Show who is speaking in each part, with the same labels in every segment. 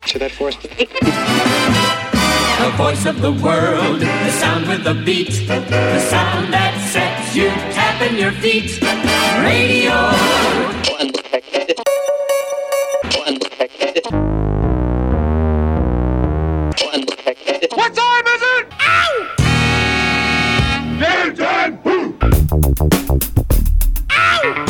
Speaker 1: Say that for us.
Speaker 2: The voice of the world, the sound with the beat, the sound that sets you tapping your feet. Radio. What time is it? Ow! Game time! Ow!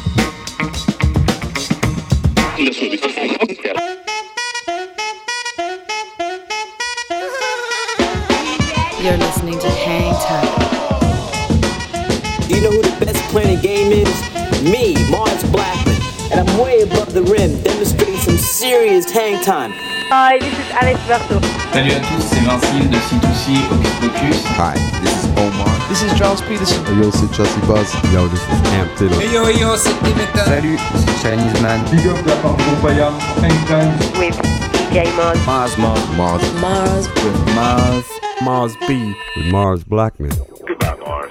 Speaker 3: You're listening to Hang Time.
Speaker 4: Do you know who the best player in the game is? Me, Mars Blackman. And I'm way above the rim, demonstrating some serious hang time.
Speaker 5: Hi, this is Alex Berto.
Speaker 6: Salut à tous, c'est Vincile de C2C Hocus Pocus.
Speaker 7: Hi, this is Omar.
Speaker 8: This is Charles Peterson.
Speaker 9: Hey yo, c'est Chelsea Buzz. Yo, this is Cam Taylor.
Speaker 10: Hey yo, c'est Dimitra.
Speaker 11: Salut, c'est Chinese Man.
Speaker 12: Big up la part de Bompaya. Hang Time.
Speaker 5: With DJ Mars.
Speaker 9: Mars.
Speaker 8: With Mars B.
Speaker 9: With Mars Blackman.
Speaker 12: Goodbye, Mars.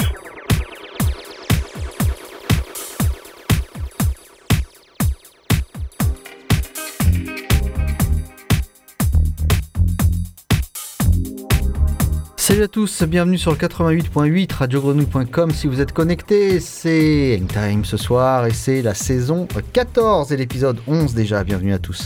Speaker 13: Salut à tous, bienvenue sur le 88.8 radiogrenouille.com. Si vous êtes connectés, c'est Hangtime ce soir et c'est la saison 14 et l'épisode 11 déjà. Bienvenue à tous.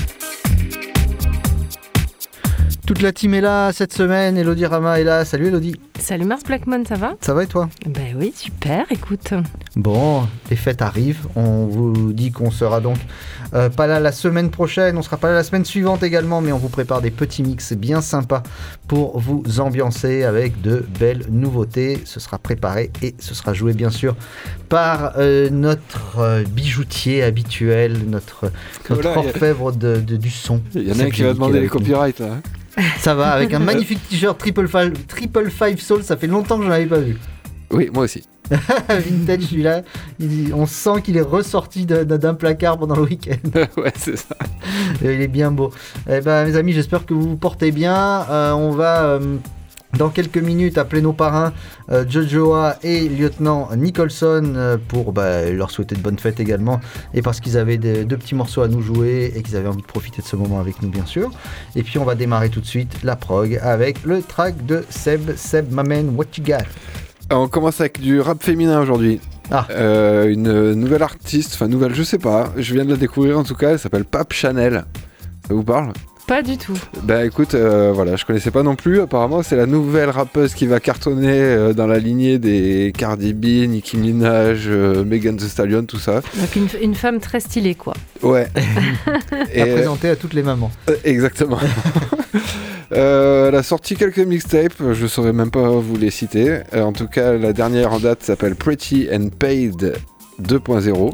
Speaker 13: Toute la team est là cette semaine, Elodie Rama est là. Salut Elodie.
Speaker 3: Salut Mars Blackman, ça va ?
Speaker 13: Ça va et toi ?
Speaker 3: Ben oui, super, écoute.
Speaker 13: Bon, les fêtes arrivent. On vous dit qu'on sera donc pas là la semaine prochaine. On sera pas là la semaine suivante également, mais on vous prépare des petits mix bien sympas pour vous ambiancer avec de belles nouveautés. Ce sera préparé et ce sera joué bien sûr par notre bijoutier habituel, notre orfèvre du son.
Speaker 8: Il y en a un qui va demander les copyrights là.
Speaker 13: Ça va, avec un magnifique t-shirt Triple Five Soul, ça fait longtemps que je n'en avais pas vu.
Speaker 8: Oui, moi aussi.
Speaker 13: Vintage celui-là, on sent qu'il est ressorti d'un placard pendant le week-end.
Speaker 8: Ouais, c'est ça.
Speaker 13: Il est bien beau. Eh ben, mes amis, j'espère que vous vous portez bien. On va... dans quelques minutes, appeler nos parrains Jojoa et lieutenant Nicholson pour leur souhaiter de bonnes fêtes également et parce qu'ils avaient deux petits morceaux à nous jouer et qu'ils avaient envie de profiter de ce moment avec nous bien sûr. Et puis on va démarrer tout de suite la prog avec le track de Seb, my man, what you got?
Speaker 8: On commence avec du rap féminin aujourd'hui. Une nouvelle artiste, enfin nouvelle je sais pas, je viens de la découvrir en tout cas, elle s'appelle Pape Chanel. Ça vous parle ?
Speaker 3: Pas du tout.
Speaker 8: Bah écoute, voilà, je connaissais pas non plus. Apparemment, c'est la nouvelle rappeuse qui va cartonner dans la lignée des Cardi B, Nicki Minaj, Megan Thee Stallion, tout ça.
Speaker 3: Donc une femme très stylée, quoi.
Speaker 8: Ouais.
Speaker 13: Et présentée à toutes les mamans.
Speaker 8: Exactement. Elle a sorti quelques mixtapes, je saurais même pas vous les citer. En tout cas, la dernière en date s'appelle Pretty and Paid 2.0.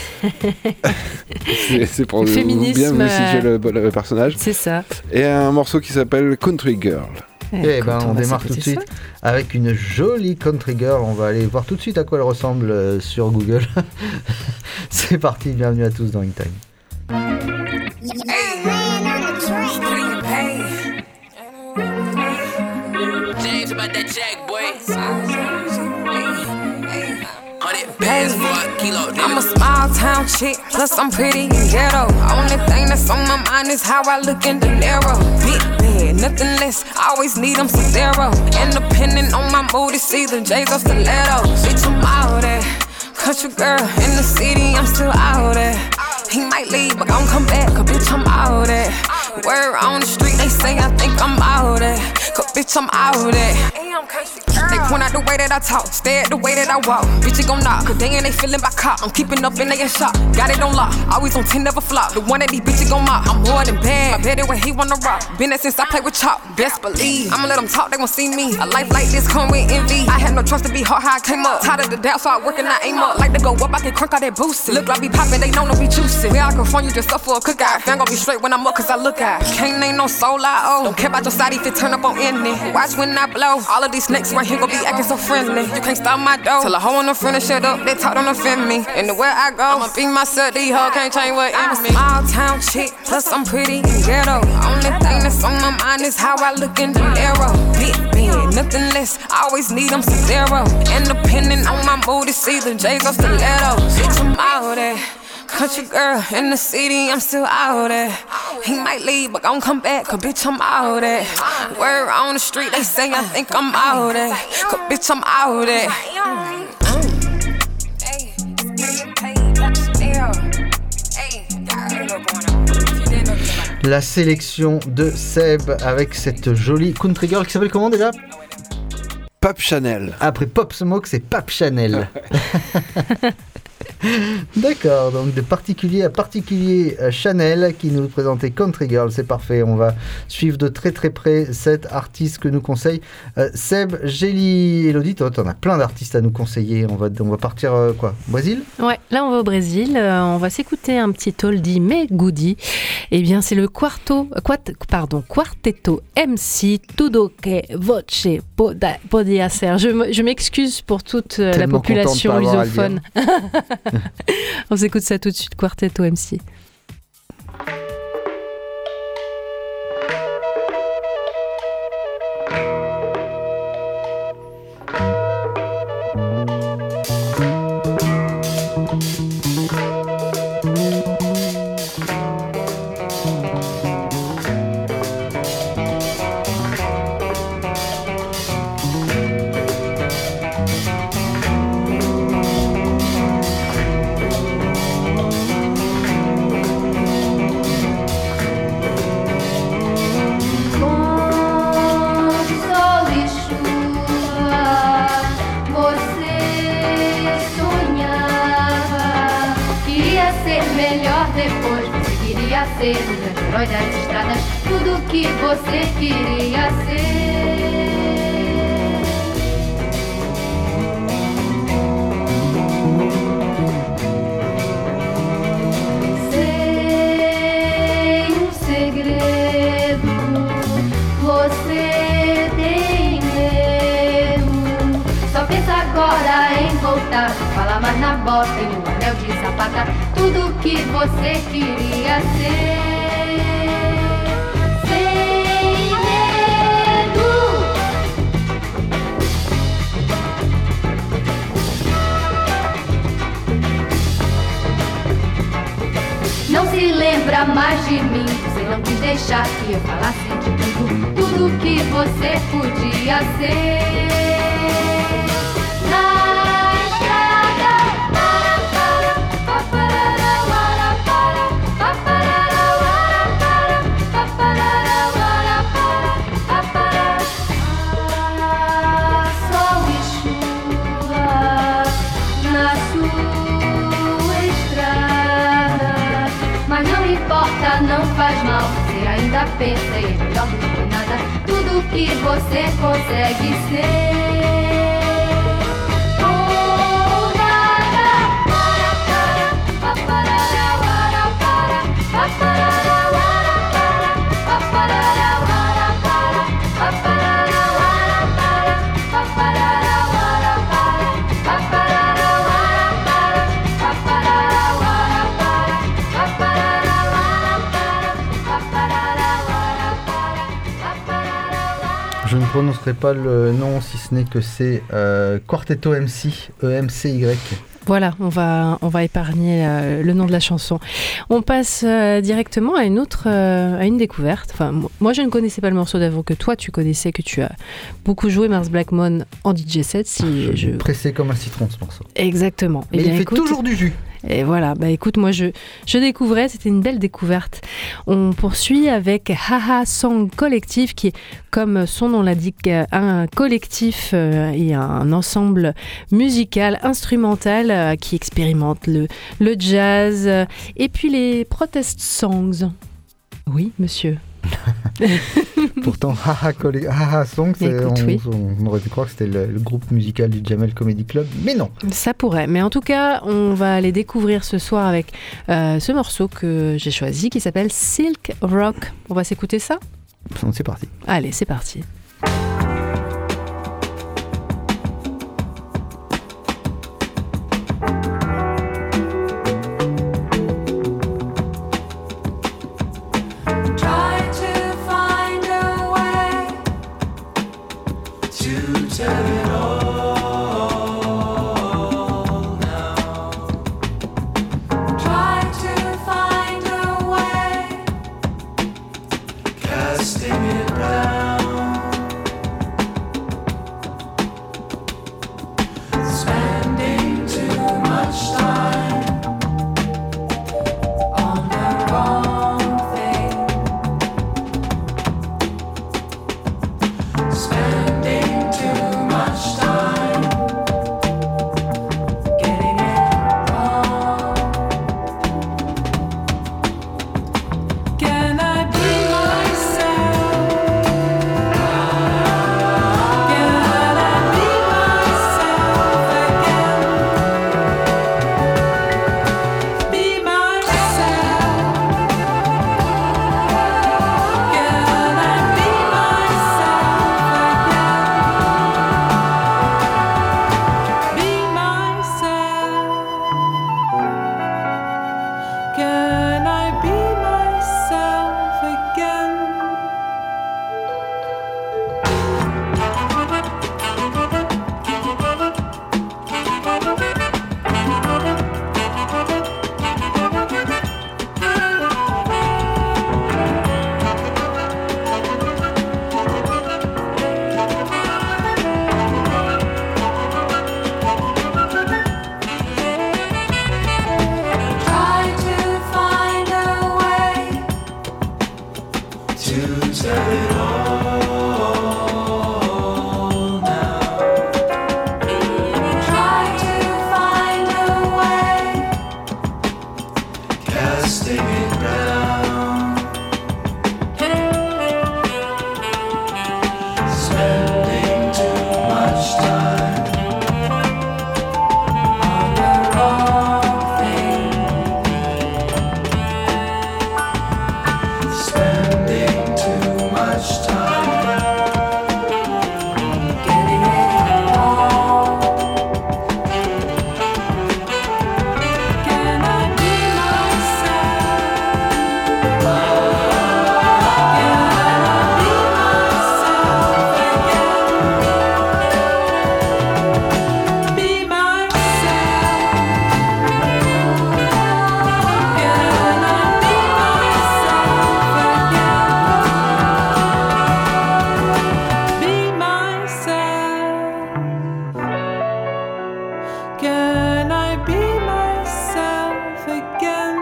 Speaker 8: c'est pour bien vous situer le personnage.
Speaker 3: C'est ça.
Speaker 8: Et un morceau qui s'appelle Country Girl.
Speaker 13: Et on démarre tout de suite avec une jolie Country Girl. On va aller voir tout de suite à quoi elle ressemble sur Google. C'est parti, bienvenue à tous dans Hangtime.
Speaker 14: I'm a small town chick, plus I'm pretty and ghetto. Only thing that's on my mind is how I look in the mirror. Big bad, nothing less, always need them some zero. Independent on my mood, it's either J's or stilettos. Bitch, I'm out there, country girl in the city, I'm still out there. He might leave, but gon' come back, cause bitch, I'm out there. Word on the street, they say I think I'm out there, cause bitch, I'm out there. They point out the way that I talk, stare at the way that I walk. Bitch, it gon' knock, cause they ain't feeling my cop. I'm keeping up and they in shock, got it on lock. Always on 10, never flop. The one that these bitches gon' mock. I'm more than bad, I bet it when he wanna rock. Been there since I played with Chop, best believe. I'ma let them talk, they gon' see me. A life like this come with envy. I had no trust to be hard how I came up. Tired of the doubt, so I work and I aim up. Like to go up, I can crunk out that boost. Look like be poppin', they know no be juicy. Where I go from, you just up for a cookout. Fam gon' be straight when I'm up, cause I look out. Can't name no soul I owe. Don't care about your side if it turn up on ending. Watch when I blow. All of these snakes right here gon' be acting so friendly. You can't stop my dough. Tell a hoe on the friend and shut up. They talk, don't offend me. Anywhere I go, I'ma be myself. These hoes can't change what in me. I'm a small town chick, plus I'm pretty and ghetto. Only thing that's on my mind is how I look in the mirror. Big bad, nothing less. Always need them some zero. Independent on my mood, it's either J's or stilettos. Bitch, I'm out there. country girl in the city, I'm still out there. He might leave, but gon' come back, cause bitch, I'm out there. Word on the street, they say I think I'm out there. Cause bitch, I'm out there.
Speaker 13: La sélection de Seb avec cette jolie country girl qui s'appelle comment déjà ?
Speaker 8: Pap Chanel.
Speaker 13: Après Pop Smoke, c'est Pap Chanel. D'accord, donc de particulier à particulier, Chanel qui nous présentait Country Girl, c'est parfait. On va suivre de très très près cet artiste que nous conseille Seb, Gélie, Elodie. Toi, t'en as plein d'artistes à nous conseiller. On va partir quoi ? Brésil ?
Speaker 3: Ouais, là on va au Brésil. On va s'écouter un petit oldie mais goodie. Eh bien, c'est le Quartetto MC Tudo que voce podia ser. Je m'excuse pour toute la population lusophone. On s'écoute ça tout de suite, Quartetto MC.
Speaker 1: Ser o grande herói das estradas, tudo que você queria ser. Sem segredo, você tem medo. Só pensa agora em voltar, fala mais na bota e no anel de sapata. Tudo que você queria ser. Sem medo. Não se lembra mais de mim. Você não quis deixar que eu falasse de tudo que você podia ser. Não faz mal, você ainda pensa e é melhor do que nada. Tudo que você consegue ser. Ou nada.
Speaker 13: Je ne prononcerai pas le nom si ce n'est que c'est Quartetto MC, EMCY.
Speaker 3: Voilà, on va épargner le nom de la chanson. On passe directement à une découverte. Enfin, moi, je ne connaissais pas le morceau d'avant que toi, tu connaissais, que tu as beaucoup joué Mars Blackmon en DJ set.
Speaker 13: Pressé comme un citron, ce morceau.
Speaker 3: Exactement.
Speaker 13: Mais il fait toujours du jus.
Speaker 3: Et voilà, écoute, moi je découvrais, c'était une belle découverte. On poursuit avec Haha Song Collective qui est, comme son nom l'indique, un collectif et un ensemble musical, instrumental qui expérimente le jazz et puis les protest songs. Oui, monsieur.
Speaker 13: Pourtant, Haha Song, on aurait pu croire que c'était le groupe musical du Jamel Comedy Club, mais non.
Speaker 3: Ça pourrait, mais en tout cas, on va aller découvrir ce soir avec ce morceau que j'ai choisi qui s'appelle Silk Rock. On va s'écouter ça ?
Speaker 13: C'est parti.
Speaker 3: Allez, c'est parti.
Speaker 14: Try
Speaker 7: casting it down, spending too much time on the wrong thing, spending too much time getting it wrong. Can I be myself? Can I be myself again? Be myself. Can I be myself again? Be myself. Can I be myself again? Try to find a way to tell it all now. Try to find a way, casting it down, spending too much time on the wrong thing, spending too much time getting it wrong. Can I be myself? Can I be myself again? Be myself. Can I be myself again? Be myself. Can I be myself again?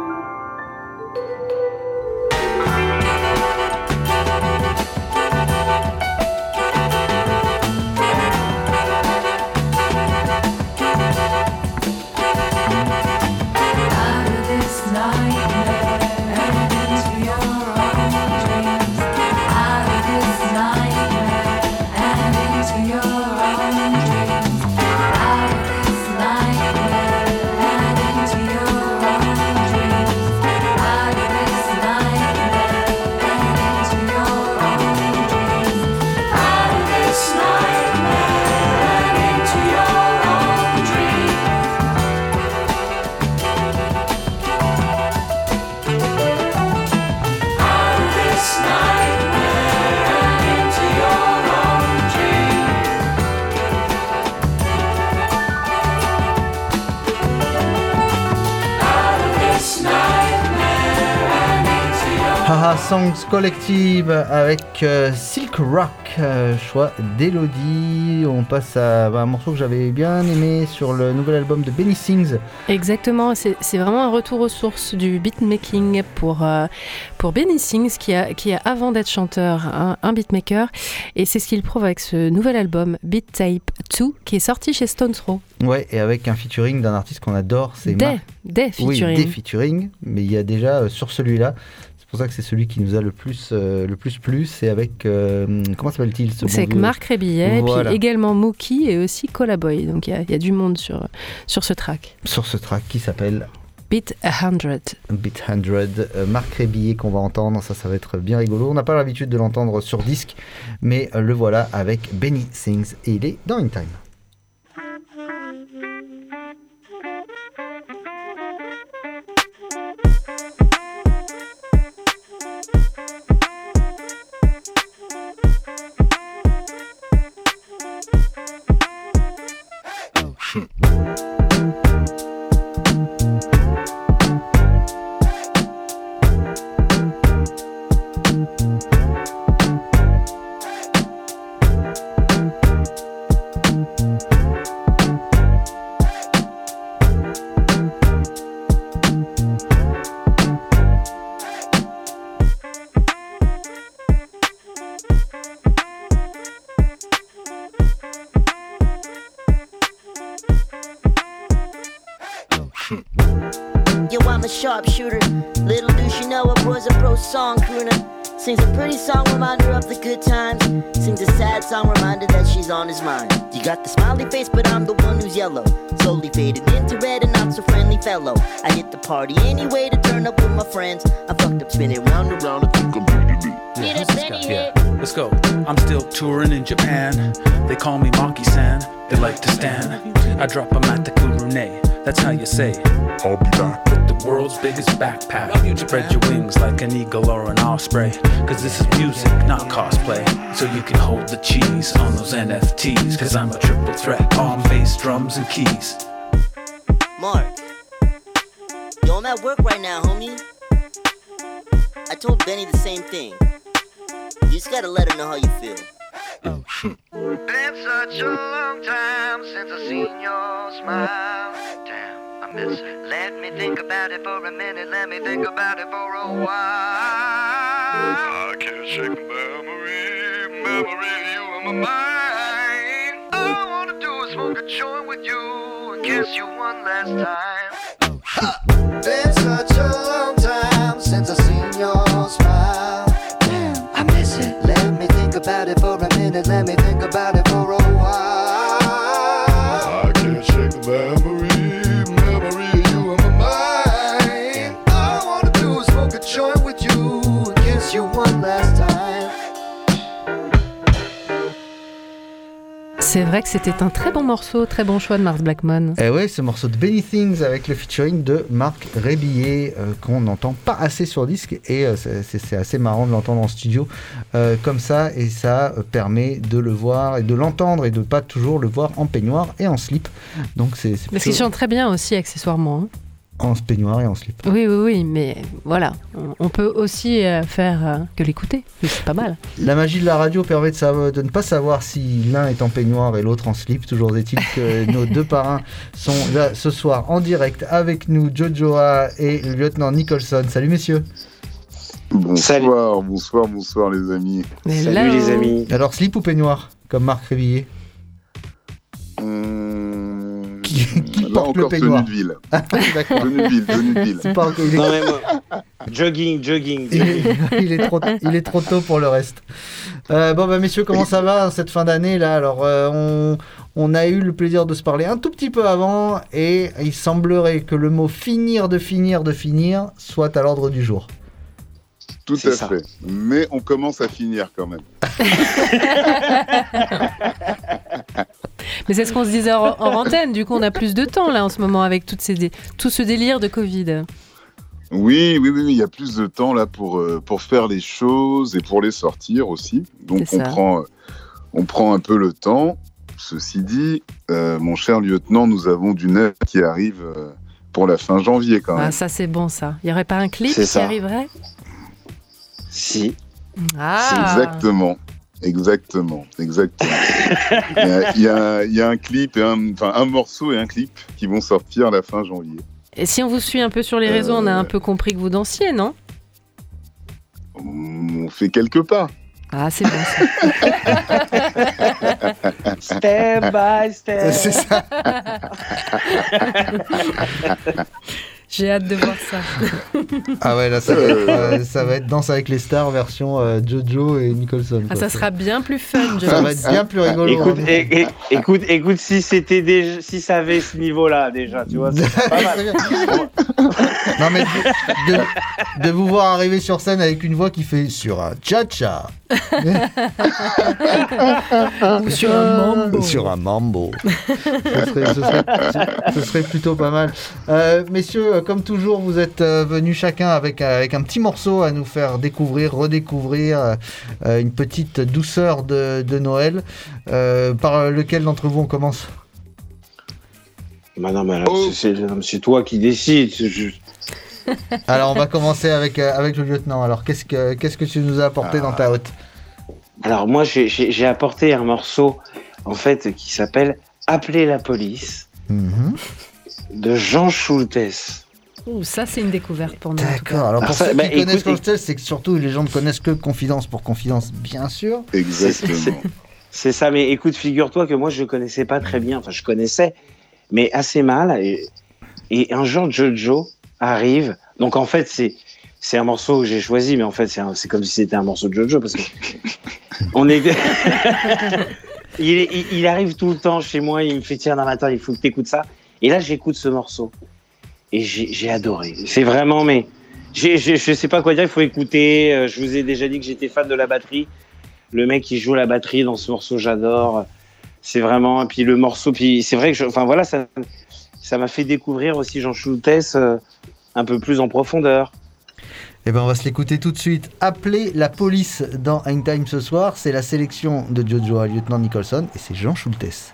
Speaker 7: Out of this nightmare and into your own dreams. Out of this nightmare and into your own dreams. Out of this nightmare and into your own dreams. Out of this nightmare and into your own dreams. Out of this nightmare and into your own dreams. Out of this nightmare and into your own dreams. Out of this nightmare and into your
Speaker 13: Haha Songs Collective avec Silk Rock, choix d'Elodie. On passe à un morceau que j'avais bien aimé sur le nouvel album de Benny Sings.
Speaker 3: Exactement, c'est vraiment un retour aux sources du beatmaking pour Benny Sings qui a avant d'être chanteur un beatmaker, et c'est ce qu'il prouve avec ce nouvel album Beat Tape 2 qui est sorti chez Stones Throw.
Speaker 13: Ouais, et avec un featuring d'un artiste qu'on adore, c'est
Speaker 3: Des featuring.
Speaker 13: Oui, des featuring, mais il y a déjà sur celui-là. C'est pour ça que c'est celui qui nous a le plus plu. C'est avec comment s'appelle-t-il ce
Speaker 3: C'est avec Marc Rébillet,
Speaker 13: voilà.
Speaker 3: puis également Mookie et aussi Collaboy. Donc il y a du monde sur ce track.
Speaker 13: Sur ce track qui s'appelle
Speaker 3: Beat 100.
Speaker 13: Beat 100, Marc Rébillet qu'on va entendre, ça va être bien rigolo. On n'a pas l'habitude de l'entendre sur disque, mais le voilà avec Benny Sings et il est dans In Time.
Speaker 10: Yo, I'm a sharpshooter. Little do she know I was a pro song crooner. Sings a pretty song reminder of the good times. Sings a sad song reminder that she's on his mind. You got the smiley face, but I'm the one who's yellow. Slowly faded into red and not so friendly fellow. I hit the party anyway to turn up with my friends. I fucked up spinning round and round. I think I'm ready to be.
Speaker 11: Yeah, let's go. I'm still touring in Japan. They call me Maki-san. They like to stand. I drop them at the Kurune. That's how you say. I'll be back with the world's biggest backpack. Spread your wings like an eagle or an osprey. Cause this is music, not cosplay. So you can hold the cheese on those NFTs. Cause I'm a triple threat, palm, bass, drums, and keys.
Speaker 10: Mark. Yo, I'm at work right now, homie. I told Benny the same thing. You just gotta let him know how you feel.
Speaker 15: Oh shit. Been such a long time since I seen your smile. Damn, I miss it. Let me think about it for a minute. Let me think about it for a while. I can't shake the memory of you in my mind. All I wanna do is smoke a joint with you and kiss you one last time. Oh shit. Been such a long time since I seen your smile. Damn, I miss it. Let me think about it for a minute. Let me think about it for a while. I can't shake the memory of you in my mind. All I wanna do is smoke a joint with you and kiss you one last time.
Speaker 3: C'est vrai que c'était un très bon morceau, très bon choix de Mars Blackmon.
Speaker 13: Et ouais, ce morceau de Benny Things avec le featuring de Marc Rébillet qu'on n'entend pas assez sur disque et c'est assez marrant de l'entendre en studio comme ça et ça permet de le voir et de l'entendre et de pas toujours le voir en peignoir et en slip. Donc c'est
Speaker 3: Parce
Speaker 13: plutôt...
Speaker 3: qu'il chante très bien aussi accessoirement. Hein.
Speaker 13: En peignoir et en slip.
Speaker 3: Oui, mais voilà, on peut aussi faire que l'écouter, c'est pas mal.
Speaker 13: La magie de la radio permet de ne pas savoir si l'un est en peignoir et l'autre en slip. Toujours est-il que nos deux parrains sont là ce soir en direct avec nous, Jojoa et le lieutenant Nicholson. Salut messieurs.
Speaker 16: Bonsoir les amis.
Speaker 3: Salut les amis.
Speaker 13: Alors slip ou peignoir, comme Marc Rébillet Qui
Speaker 16: là
Speaker 13: porte le
Speaker 16: encore
Speaker 13: peignoir
Speaker 16: tenue de ville.
Speaker 13: D'accord.
Speaker 16: Tenue de ville.
Speaker 13: C'est pas encore- il est-
Speaker 17: Non, mais moi, jogging.
Speaker 13: il est trop tôt pour le reste. Bon bah messieurs, comment ça va cette fin d'année là? Alors on a eu le plaisir de se parler un tout petit peu avant et il semblerait que le mot finir soit à l'ordre du jour.
Speaker 16: Tout à fait. Mais on commence à finir quand même.
Speaker 3: Mais c'est ce qu'on se disait hors antenne, du coup on a plus de temps là en ce moment avec tout ce délire de Covid.
Speaker 16: Oui, il y a plus de temps là pour faire les choses et pour les sortir aussi. Donc on prend un peu le temps. Ceci dit, mon cher lieutenant, nous avons du neuf qui arrive pour la fin janvier quand même.
Speaker 3: Ah ça c'est bon ça. Il n'y aurait pas un clip qui arriverait?
Speaker 17: Si.
Speaker 3: Ah.
Speaker 16: Exactement. Il y a un clip, un morceau et un clip qui vont sortir à la fin janvier.
Speaker 3: Et si on vous suit un peu sur les réseaux, on a un peu compris que vous dansiez, non?
Speaker 16: On fait quelques pas.
Speaker 3: Ah, c'est bon ça.
Speaker 17: Step by step.
Speaker 13: C'est ça.
Speaker 3: J'ai hâte de voir ça.
Speaker 13: Ah ouais, là ça va être Danse avec les stars version Jojo et Nicholson.
Speaker 3: Ah, ça sera bien plus fun, je
Speaker 13: Ça
Speaker 3: pense.
Speaker 13: va être bien plus rigolo.
Speaker 17: Écoute, si ça avait ce niveau-là déjà, tu vois, c'est pas mal.
Speaker 13: Non mais de vous voir arriver sur scène avec une voix qui fait sur un cha-cha. Sur un mambo. Ce serait plutôt pas mal. Messieurs, comme toujours, vous êtes venus chacun avec un petit morceau à nous faire redécouvrir une petite douceur de Noël. Par lequel d'entre vous on commence?
Speaker 17: Bah non, mais alors, c'est toi qui décides.
Speaker 13: Alors, on va commencer avec le lieutenant. Alors, qu'est-ce que tu nous as apporté dans ta hotte?
Speaker 17: Alors, moi, j'ai apporté un morceau, en fait, qui s'appelle « Appeler la police de Jean Schultes.
Speaker 3: Ouh, ça, c'est une découverte pour nous.
Speaker 13: D'accord. Alors, pour ceux qui connaissent Schultes, c'est que surtout, les gens ne connaissent que Confidence pour Confidence, bien sûr.
Speaker 16: Exactement.
Speaker 17: C'est ça, mais écoute, figure-toi que moi, je ne connaissais pas très bien. Enfin, je connaissais, mais assez mal. Et un jour, Jojo arrive. Donc, en fait, c'est un morceau que j'ai choisi, mais en fait, c'est comme si c'était un morceau de Jojo, parce que on est... il arrive tout le temps chez moi, il me fait tiens, matin, il faut que tu écoutes ça. Et là, j'écoute ce morceau. Et j'ai adoré. C'est vraiment, mais je sais pas quoi dire, il faut écouter. Je vous ai déjà dit que j'étais fan de la batterie. Le mec qui joue la batterie dans ce morceau, j'adore. C'est vraiment, et puis le morceau, puis c'est vrai que, enfin voilà, ça m'a fait découvrir aussi Jean Schultes un peu plus en profondeur.
Speaker 13: Eh ben on va se l'écouter tout de suite. Appeler la police dans Hangtime ce soir, c'est la sélection de Jojo à Lieutenant Nicholson et c'est Jean Schultes.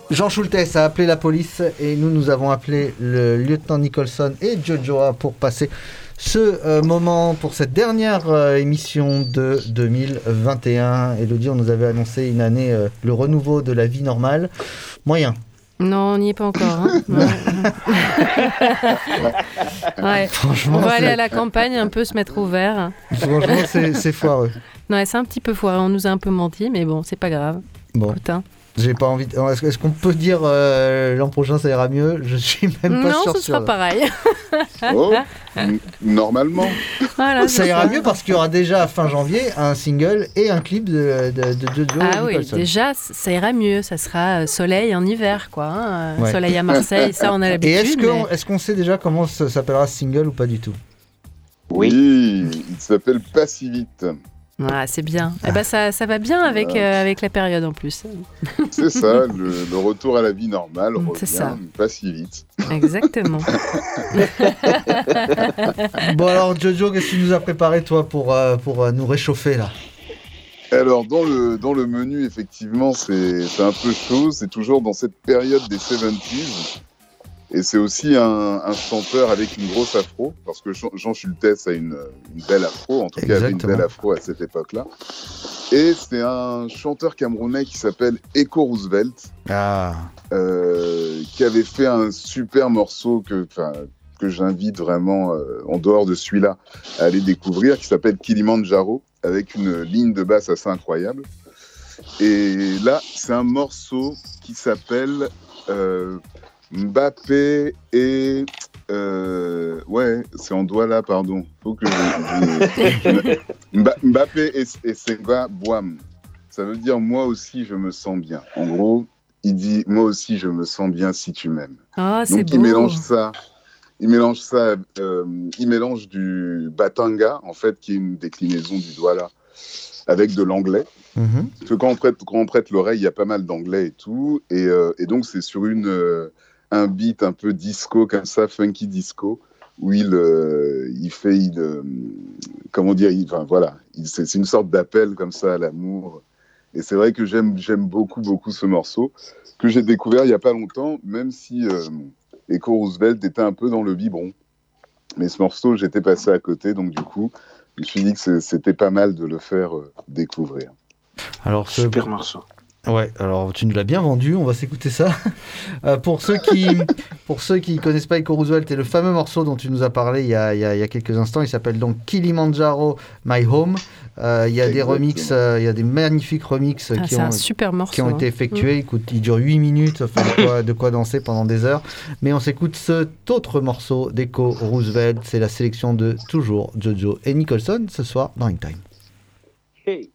Speaker 13: Jean Schultes a appelé la police et nous avons appelé le lieutenant Nicholson et Jojoa pour passer ce moment pour cette dernière émission de 2021. Elodie, on nous avait annoncé une année, le renouveau de la vie normale. Moyen.
Speaker 3: Non, on n'y est pas encore. Hein. Ouais.
Speaker 13: Franchement,
Speaker 3: on va aller à la campagne un peu se mettre au vert.
Speaker 13: Franchement, c'est foireux.
Speaker 3: Non, c'est un petit peu foireux. On nous a un peu menti, mais bon, c'est pas grave.
Speaker 13: Bon.
Speaker 3: Écoute, hein.
Speaker 13: J'ai pas envie. Est-ce qu'on peut dire l'an prochain ça ira mieux? Je suis même pas sûr.
Speaker 3: Non, ce sera pareil.
Speaker 16: Oh, normalement.
Speaker 3: Voilà,
Speaker 13: ça ira mieux parce qu'il y aura déjà fin janvier un single et un clip de Jojo.
Speaker 3: Ah oui, déjà ça ira mieux. Ça sera soleil en hiver, quoi. Hein. Ouais. Soleil à Marseille, ça on a l'habitude.
Speaker 13: Et est-ce qu'on sait déjà comment ça s'appellera ce single ou pas du tout?
Speaker 16: Oui, il s'appelle Pas si vite.
Speaker 3: Ah, c'est bien. Eh ben, ça va bien avec la période en plus.
Speaker 16: C'est ça, le retour à la vie normale revient pas si vite.
Speaker 3: Exactement.
Speaker 13: Bon alors Jojo, qu'est-ce que tu nous as préparé toi pour nous réchauffer là?
Speaker 16: Alors dans le menu, effectivement, c'est un peu chaud. C'est toujours dans cette période des 70s. Et c'est aussi un chanteur avec une grosse afro, parce que Jean Schultes a une belle afro, en tout cas avait une belle afro à cette époque-là. Et c'est un chanteur camerounais qui s'appelle Echo Roosevelt, qui avait fait un super morceau que j'invite vraiment, en dehors de celui-là, à aller découvrir, qui s'appelle Kilimandjaro, avec une ligne de basse assez incroyable. Et là, c'est un morceau qui s'appelle... Mbappé et ouais, c'est en Douala, pardon. Faut que Mbappé et Seba Boam. Ça veut dire moi aussi je me sens bien. En gros, il dit moi aussi je me sens bien si tu m'aimes.
Speaker 3: Ah, c'est
Speaker 16: donc
Speaker 3: beau.
Speaker 16: Il mélange du batanga en fait qui est une déclinaison du Douala avec de l'anglais. Parce que quand on prête l'oreille, il y a pas mal d'anglais et tout, et donc c'est sur un beat un peu disco comme ça, funky disco, où c'est une sorte d'appel comme ça à l'amour. Et c'est vrai que j'aime beaucoup ce morceau que j'ai découvert il y a pas longtemps, même si Echo Roosevelt était un peu dans le biberon. Mais ce morceau, j'étais passé à côté, donc du coup, je me suis dit que c'était pas mal de le faire découvrir.
Speaker 13: Alors,
Speaker 17: super morceau.
Speaker 13: Ouais, alors tu nous l'as bien vendu, on va s'écouter ça. Pour ceux qui connaissent pas Echo Roosevelt, et le fameux morceau dont tu nous as parlé il y a quelques instants, il s'appelle donc Kilimandjaro My Home. Il y a des remixes, il y a des magnifiques remixes qui ont été effectués. Écoute, il dure 8 minutes, de quoi danser pendant des heures. Mais on s'écoute cet autre morceau d'Echo Roosevelt, c'est la sélection de toujours Jojo et Nicholson ce soir dans In Time.
Speaker 17: Hey.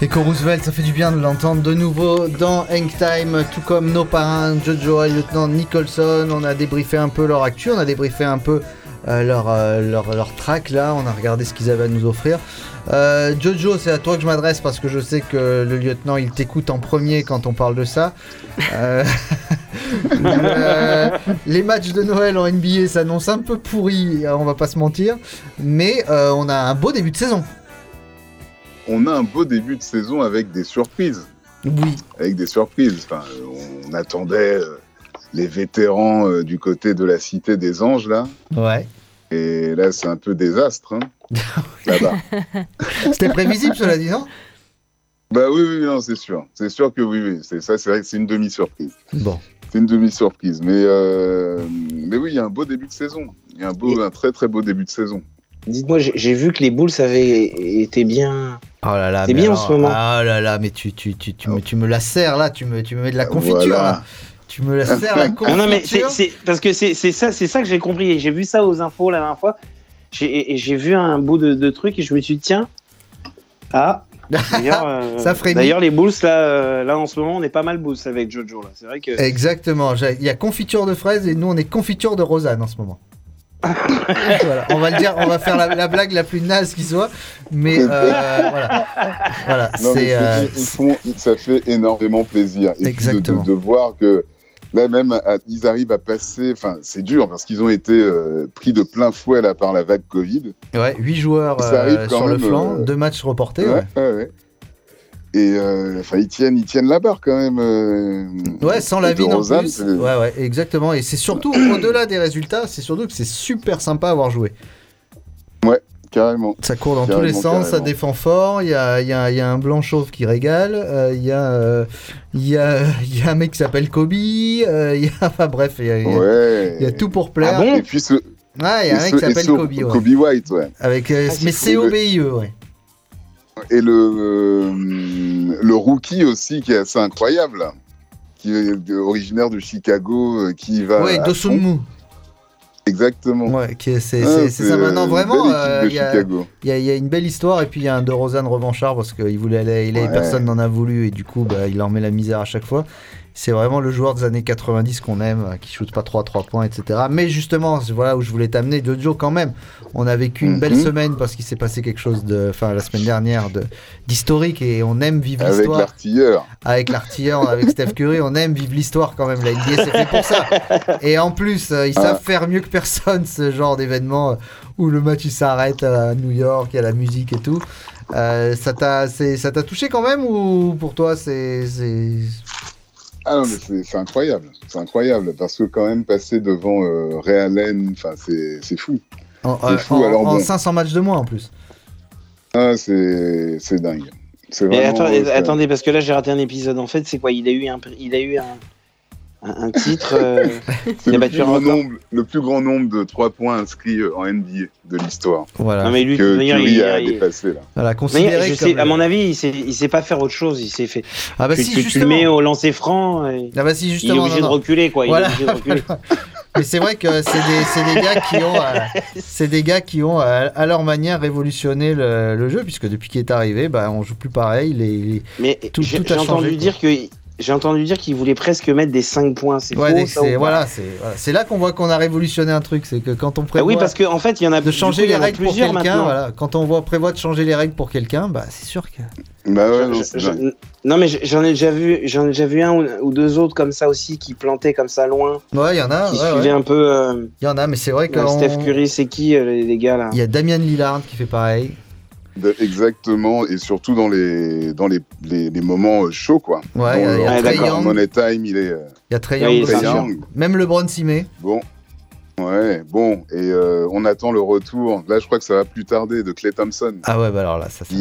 Speaker 13: Nico Roosevelt, ça fait du bien de l'entendre de nouveau dans Hang Time, tout comme nos parrains, Jojo et Lieutenant Nicholson. On a débriefé un peu leur actu, on a débriefé un peu leur track là, on a regardé ce qu'ils avaient à nous offrir. Jojo, c'est à toi que je m'adresse parce que je sais que le lieutenant il t'écoute en premier quand on parle de ça. Les matchs de Noël en NBA s'annoncent un peu pourris, on va pas se mentir, mais on a un beau début de saison.
Speaker 16: On a un beau début de saison avec des surprises.
Speaker 13: Oui.
Speaker 16: Avec des surprises. Enfin, on attendait les vétérans du côté de la Cité des Anges, là.
Speaker 13: Ouais.
Speaker 16: Et là, c'est un peu désastre, hein, là-bas.
Speaker 13: C'était prévisible, cela dit, non ?
Speaker 16: Bah oui, non, c'est sûr. C'est sûr que oui. C'est vrai que c'est une demi-surprise.
Speaker 13: Bon.
Speaker 16: C'est une demi-surprise. Mais oui, il y a un beau début de saison. Il y a un très, très beau début de saison.
Speaker 17: Dites-moi, j'ai vu que les Bulls avaient été bien.
Speaker 13: Oh là là,
Speaker 17: c'est bien
Speaker 13: alors,
Speaker 17: en ce moment.
Speaker 13: Ah là là, mais tu me la serres là, tu me mets de la confiture
Speaker 16: voilà.
Speaker 13: là. Tu me la serres la confiture.
Speaker 17: Non mais c'est parce que c'est ça que j'ai compris. J'ai vu ça aux infos la dernière fois. J'ai vu un bout de truc et je me suis dit tiens. Ah. D'ailleurs,
Speaker 13: ça frémit.
Speaker 17: D'ailleurs les Bulls là en ce moment on est pas mal Bulls avec Jojo là. C'est vrai que.
Speaker 13: Exactement. Il y a confiture de fraises et nous on est confiture de Rosanne en ce moment. Voilà, on va le dire, on va faire la blague la plus naze qui soit, mais voilà.
Speaker 16: Non,
Speaker 13: c'est,
Speaker 16: ça fait énormément plaisir. Et
Speaker 13: exactement.
Speaker 16: De voir que là même ils arrivent à passer, enfin c'est dur parce qu'ils ont été pris de plein fouet là par la vague Covid.
Speaker 13: Ouais, 8 joueurs sur le flanc, 2 matchs reportés.
Speaker 16: Ouais. Et ils tiennent la barre quand même.
Speaker 13: Ouais, sans la vie non
Speaker 16: Rosanne,
Speaker 13: plus. Ouais, exactement. Et c'est surtout, au-delà des résultats, c'est surtout que c'est super sympa à avoir joué.
Speaker 16: Ouais, carrément.
Speaker 13: Ça court dans tous les sens, ça défend fort. Il y a un blanc chauve qui régale. Il y a un mec qui s'appelle Kobe. Enfin bref, il y a tout pour plaire.
Speaker 16: Ah bon et puis
Speaker 13: il y a un mec qui s'appelle Kobe. Ouais.
Speaker 16: Kobe White, ouais.
Speaker 13: Avec, mais C-O-B-I-E, ouais.
Speaker 16: Et le rookie aussi qui est assez incroyable, là, qui est originaire de Chicago, qui va.
Speaker 13: Ouais, Dosunmu.
Speaker 16: Exactement.
Speaker 13: Ouais, c'est ça maintenant vraiment. Il y a une belle histoire et puis il y a un DeRozan revanchard parce qu'il voulait aller, personne n'en a voulu et du coup il leur met la misère à chaque fois. C'est vraiment le joueur des années 90 qu'on aime, qui shoot pas 3 points, etc. Mais justement, voilà où je voulais t'amener, Jojo, quand même. On a vécu une belle semaine parce qu'il s'est passé quelque chose la semaine dernière d'historique et on aime vivre l'histoire. Avec l'artilleur, avec Steph Curry, on aime vivre l'histoire quand même. La NBA, c'est fait pour ça. Et en plus, ils savent faire mieux que personne ce genre d'événement où le match il s'arrête à New York, il y a la musique et tout. Ça t'a touché quand même ou pour toi c'est...
Speaker 16: Ah non, mais c'est incroyable. C'est incroyable parce que quand même passer devant Ray Allen, c'est fou.
Speaker 13: C'est fou. En 500 matchs de moins en plus.
Speaker 16: Ah, c'est dingue.
Speaker 17: Mais attendez, parce que là j'ai raté un épisode. En fait, c'est quoi ? Il a eu un titre.
Speaker 16: C'est le plus grand nombre de 3 points inscrits en NBA de l'histoire.
Speaker 13: Voilà.
Speaker 17: Non, mais lui,
Speaker 16: que Curry a dépassé là.
Speaker 13: Voilà,
Speaker 17: à mon avis, il sait pas faire autre chose. Il s'est fait.
Speaker 13: Ah bah
Speaker 17: tu le mets au lancer franc. Et
Speaker 13: ah bah si, justement.
Speaker 17: Il est obligé de reculer quoi.
Speaker 13: Voilà.
Speaker 17: Il est obligé de reculer.
Speaker 13: Mais c'est vrai que c'est des gars qui ont à leur manière révolutionné le jeu puisque depuis qu'il est arrivé, on joue plus pareil.
Speaker 17: Mais j'ai entendu dire qu'il voulait presque mettre des 5 points. C'est faux, ça,
Speaker 13: c'est là qu'on voit qu'on a révolutionné un truc. C'est que quand on prévoit.
Speaker 17: Oui, parce qu'en fait, il y en a
Speaker 13: de changer les règles pour quelqu'un.
Speaker 17: Maintenant.
Speaker 13: Voilà. Quand on prévoit de changer les règles pour quelqu'un, c'est sûr que.
Speaker 17: Non, mais j'en ai déjà vu un ou deux autres comme ça aussi qui plantaient comme ça loin.
Speaker 13: Ouais, il y en a.
Speaker 17: Qui suivaient un peu.
Speaker 13: Il y en a, mais c'est vrai que.
Speaker 17: Steph Curry, c'est qui les gars là ?
Speaker 13: Il y a Damian Lillard qui fait pareil.
Speaker 16: Exactement, et surtout dans les moments chauds, quoi.
Speaker 13: Ouais, il y a Trae Young.
Speaker 16: Money Time, il est.
Speaker 13: Il y a Trae Young. Même LeBron s'y met.
Speaker 16: Bon. Ouais, bon, et on attend le retour. Là, je crois que ça va plus tarder de Klay Thompson.
Speaker 13: Ah ouais, alors là, ça.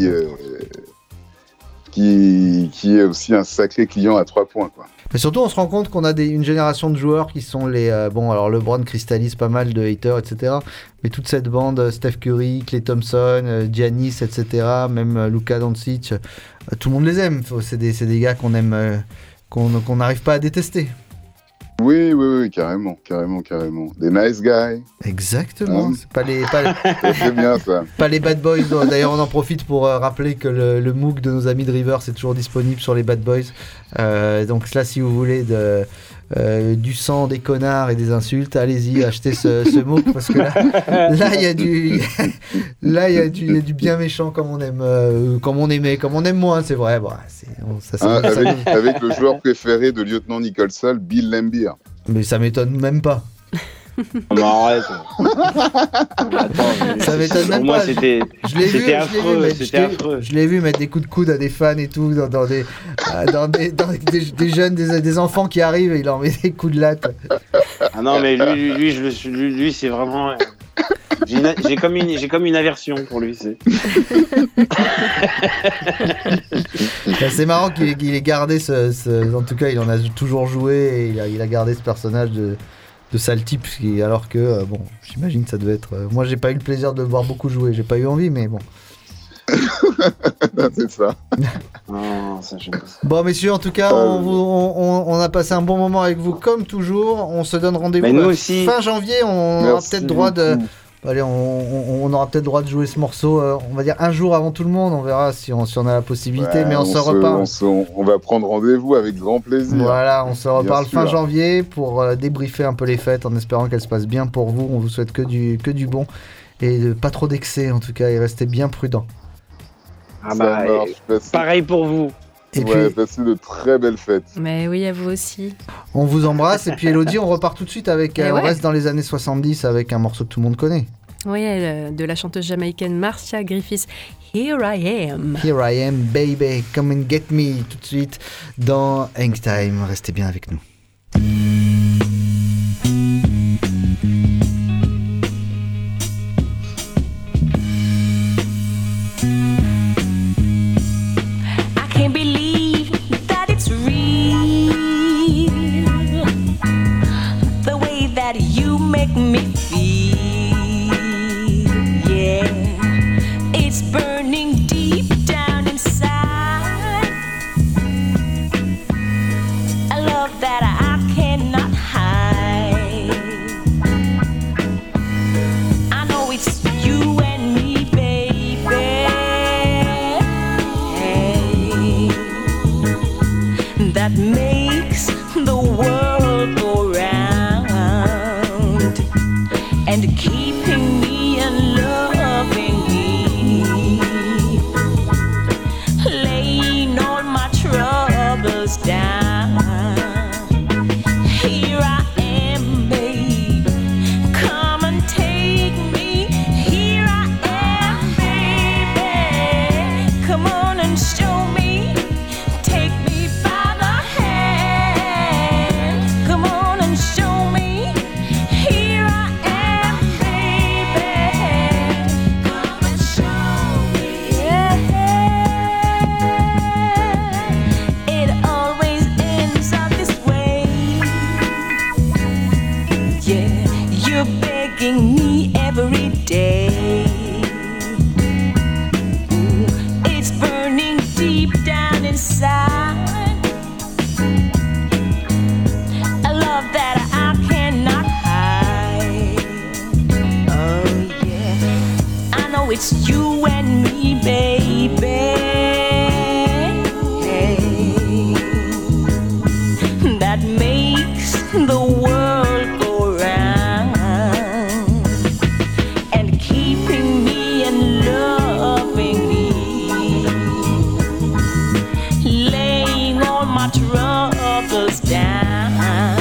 Speaker 16: Qui est aussi un sacré client à 3 points, quoi.
Speaker 13: Mais surtout, on se rend compte qu'on a une génération de joueurs qui sont les... alors LeBron cristallise pas mal de haters, etc. Mais toute cette bande, Steph Curry, Klay Thompson, Giannis, etc., même Luka Doncic, tout le monde les aime. C'est des gars qu'on aime, qu'on n'arrive pas à détester.
Speaker 16: Oui, carrément. Des nice guys.
Speaker 13: Exactement. C'est pas les
Speaker 16: C'est bien ça.
Speaker 13: pas les Bad Boys. D'ailleurs, on en profite pour rappeler que le MOOC de nos amis de River, c'est toujours disponible sur les Bad Boys. Donc là, si vous voulez du sang, des connards et des insultes, allez-y, achetez ce MOOC parce que là il y a du bien méchant comme on aime, comme on aime moins, c'est vrai. Bon,
Speaker 16: avec le joueur préféré de lieutenant Nicholson, Bill Lambier.
Speaker 13: Mais ça m'étonne même pas.
Speaker 17: Non, arrête.
Speaker 13: Ça m'étonne même
Speaker 17: moi,
Speaker 13: pas.
Speaker 17: c'était affreux.
Speaker 13: Je l'ai vu mettre des coups de coude à des fans et tout dans des jeunes, des enfants qui arrivent et il leur met des coups de latte.
Speaker 17: Ah non, mais lui, c'est vraiment. J'ai comme une aversion pour lui.
Speaker 13: C'est marrant qu'il ait gardé en tout cas, il en a toujours joué et il a gardé ce personnage de sale type, alors que bon, j'imagine que ça devait être. Moi, j'ai pas eu le plaisir de le voir beaucoup jouer, j'ai pas eu envie, mais bon.
Speaker 16: C'est ça.
Speaker 17: Non, ça j'aime pas ça.
Speaker 13: Bon, messieurs, en tout cas, on a passé un bon moment avec vous comme toujours. On se donne rendez-vous
Speaker 17: nous aussi.
Speaker 13: Fin janvier. On aura peut-être droit de. Allez, on aura peut-être droit de jouer ce morceau, on va dire un jour avant tout le monde, on verra si on a la possibilité, mais on se reparle.
Speaker 16: On va prendre rendez-vous avec grand plaisir.
Speaker 13: Voilà, on se reparle fin janvier pour débriefer un peu les fêtes en espérant qu'elles se passent bien pour vous. On vous souhaite que du bon et pas trop d'excès en tout cas, et restez bien prudents.
Speaker 17: Pareil pour vous.
Speaker 13: Et puis,
Speaker 16: passez de très belles fêtes.
Speaker 3: Mais oui, à vous aussi.
Speaker 13: On vous embrasse. Et puis Elodie, on repart tout de suite avec. On reste dans les années 70 avec un morceau que tout le monde connaît.
Speaker 3: Oui, de la chanteuse jamaïcaine Marcia Griffiths, Here I Am.
Speaker 13: Here I Am, baby, come and get me. Tout de suite dans Hang Time. Restez bien avec nous.
Speaker 18: Make me feel, yeah, it's burning deep down inside. A love that I cannot hide. I know it's you and me, baby, that makes the world go round. And keeping me and loving me, laying all my troubles down. Here I am, babe, come and take me. Here I am, baby, come on and show me. Take me by the hand, come on and show me. Here I me every day. Ooh, it's burning deep down inside. A love that I cannot hide. Oh yeah, I know it's you and me, baby, that makes the world go round. Troubles down.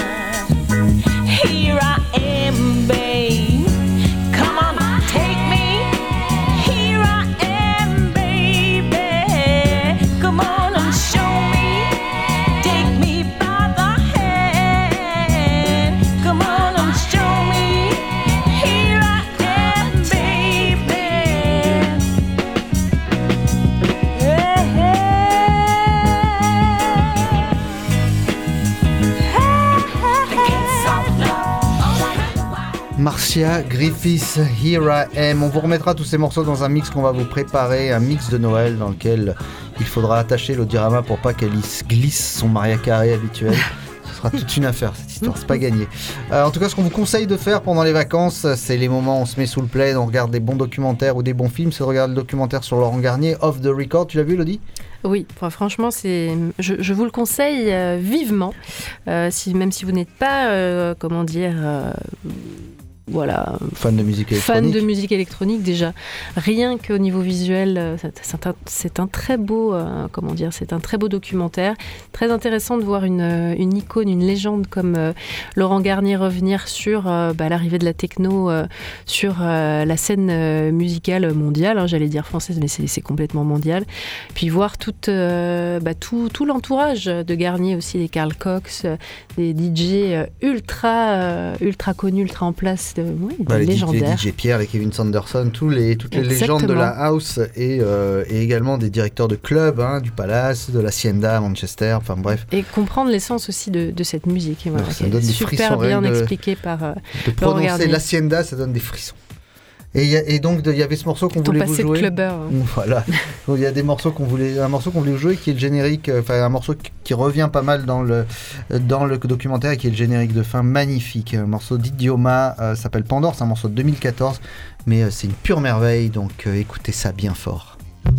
Speaker 18: Here I am, babe, come on, take me. Here I am, baby, come on and show me. Take me by the hand, come on and show me. Here I am, baby. Hey, hey.
Speaker 13: Marcia Griffiths, Here I Am. On vous remettra tous ces morceaux dans un mix qu'on va vous préparer, un mix de Noël dans lequel il faudra attacher l'audiorama pour pas qu'elle glisse son Maria Carré habituel. Ce sera toute une affaire cette histoire, c'est pas gagné. En tout cas, ce qu'on vous conseille de faire pendant les vacances, c'est les moments où on se met sous le plaid, on regarde des bons documentaires ou des bons films, c'est de regarder le documentaire sur Laurent Garnier, Off the Record. Tu l'as vu, Elodie ?
Speaker 3: Oui, franchement, je vous le conseille vivement, même si vous n'êtes pas,
Speaker 13: fan de musique électronique.
Speaker 3: Fan de musique électronique, déjà. Rien qu'au niveau visuel, c'est un très beau, c'est un très beau documentaire. Très intéressant de voir une icône, une légende comme Laurent Garnier revenir sur l'arrivée de la techno sur la scène musicale mondiale. J'allais dire française, mais c'est complètement mondial. Puis voir tout l'entourage de Garnier aussi, les Carl Cox, des DJ ultra connus, ultra en place.
Speaker 13: Les DJ Pierre, les Kevin Sanderson, toutes les légendes de la house et également des directeurs de clubs, du Palace, de l'Hacienda à Manchester, enfin bref.
Speaker 3: Et comprendre l'essence aussi de cette musique. Et
Speaker 13: ça donne des
Speaker 3: super
Speaker 13: frissons,
Speaker 3: bien expliqué par
Speaker 13: de prononcer l'Hacienda, ça donne des frissons. Et donc il y avait ce morceau qu'on voulait vous jouer.
Speaker 3: Clubbeur,
Speaker 13: Voilà. Il y a un morceau qu'on voulait vous jouer qui est le générique, un morceau qui revient pas mal dans le documentaire et qui est le générique de fin magnifique. Un morceau d'Idioma, s'appelle Pandore, c'est un morceau de 2014, mais c'est une pure merveille, donc écoutez ça bien fort.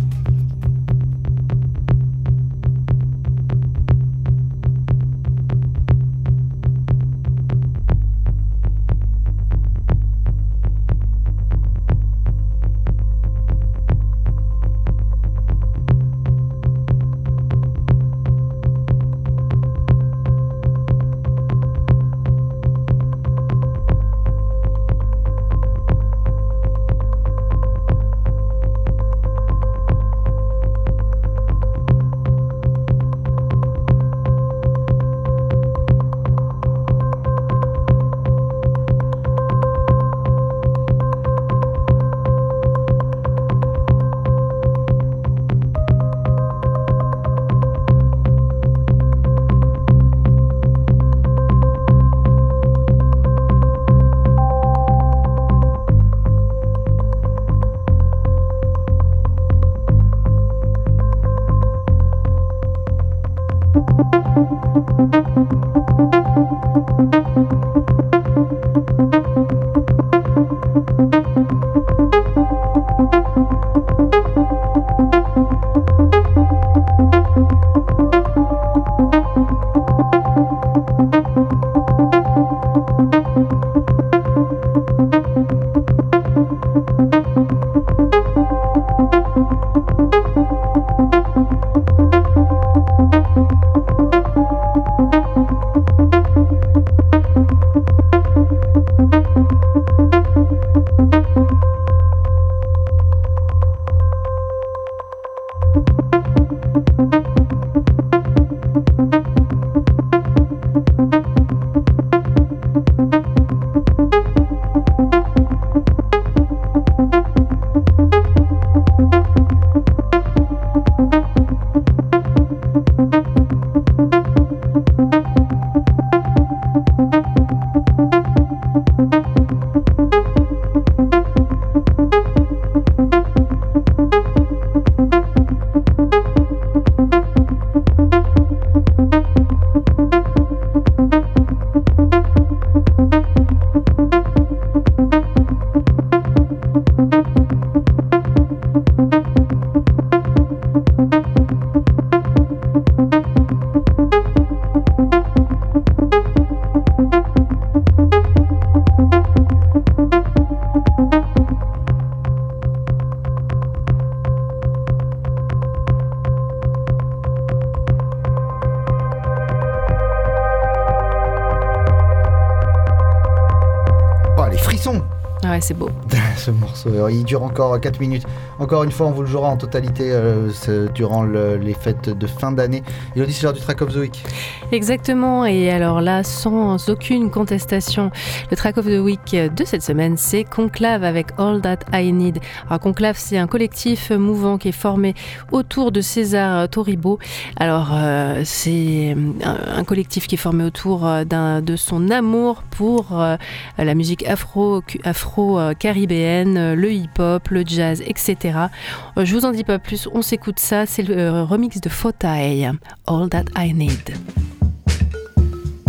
Speaker 3: Ouais, c'est beau.
Speaker 13: Ce morceau, il dure encore 4 minutes. Encore une fois, on vous le jouera en totalité durant les fêtes de fin d'année. Elodie, c'est l'heure du Track of the Week.
Speaker 3: Exactement, et alors là, sans aucune contestation, le Track of the Week de cette semaine, c'est Conclave avec All That I Need. Alors Conclave, c'est un collectif mouvant qui est formé autour de César Toribo. Alors c'est un collectif qui est formé autour de son amour pour la musique afro-caribéenne, le hip-hop, le jazz, etc. Je vous en dis pas plus, on s'écoute ça, c'est le remix de Fotai, All That I Need.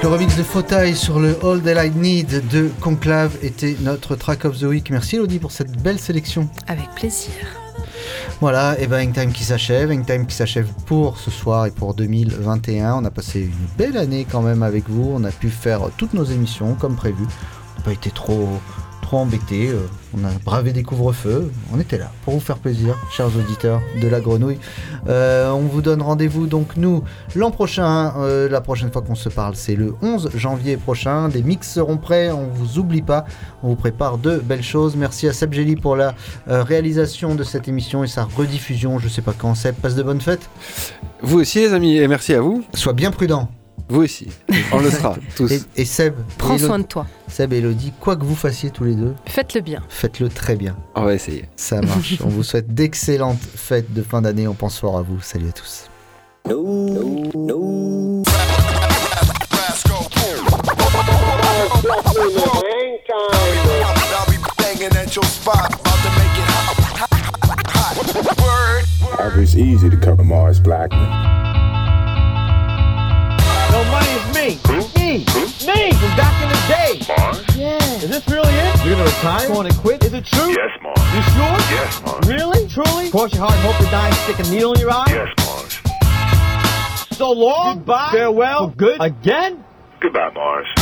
Speaker 13: Le remix de Fauteuil sur le All That I Need de Conclave était notre track of the week. Merci Elodie pour cette belle sélection.
Speaker 3: Avec plaisir.
Speaker 13: Voilà, et ben Hangtime qui s'achève pour ce soir et pour 2021. On a passé une belle année quand même avec vous. On a pu faire toutes nos émissions comme prévu. On n'a pas été trop embêtés. On a bravé des couvre-feux. On était là pour vous faire plaisir, chers auditeurs de la Grenouille. On vous donne rendez-vous donc nous l'an prochain. La prochaine fois qu'on se parle, c'est le 11 janvier prochain. Des mix seront prêts. On vous oublie pas. On vous prépare de belles choses. Merci à Seb Gély pour la réalisation de cette émission et sa rediffusion. Je sais pas quand. Seb, passe de bonnes fêtes.
Speaker 8: Vous aussi les amis et merci à vous.
Speaker 13: Sois bien prudent.
Speaker 8: Vous aussi, on le sera tous.
Speaker 13: Et Seb,
Speaker 3: prends soin de toi.
Speaker 13: Seb et Elodie, quoi que vous fassiez tous les deux,
Speaker 3: faites-le bien.
Speaker 13: Faites-le très bien.
Speaker 8: On va essayer.
Speaker 13: Ça marche. On vous souhaite d'excellentes fêtes de fin d'année. On pense fort à vous. Salut à tous.
Speaker 19: It's easy to cover Mars Blackman.
Speaker 20: No, money is me. Me from back in the day.
Speaker 12: Mars?
Speaker 20: Yeah. Is this really it? You're gonna retire? Going to quit? Is it true?
Speaker 12: Yes, Mars.
Speaker 20: You sure?
Speaker 12: Yes, Mars.
Speaker 20: Really? Truly? Cross your heart and hope to die and stick a needle in your eye?
Speaker 12: Yes, Mars.
Speaker 20: So long. Goodbye. Farewell. For good. Again?
Speaker 12: Goodbye, Mars.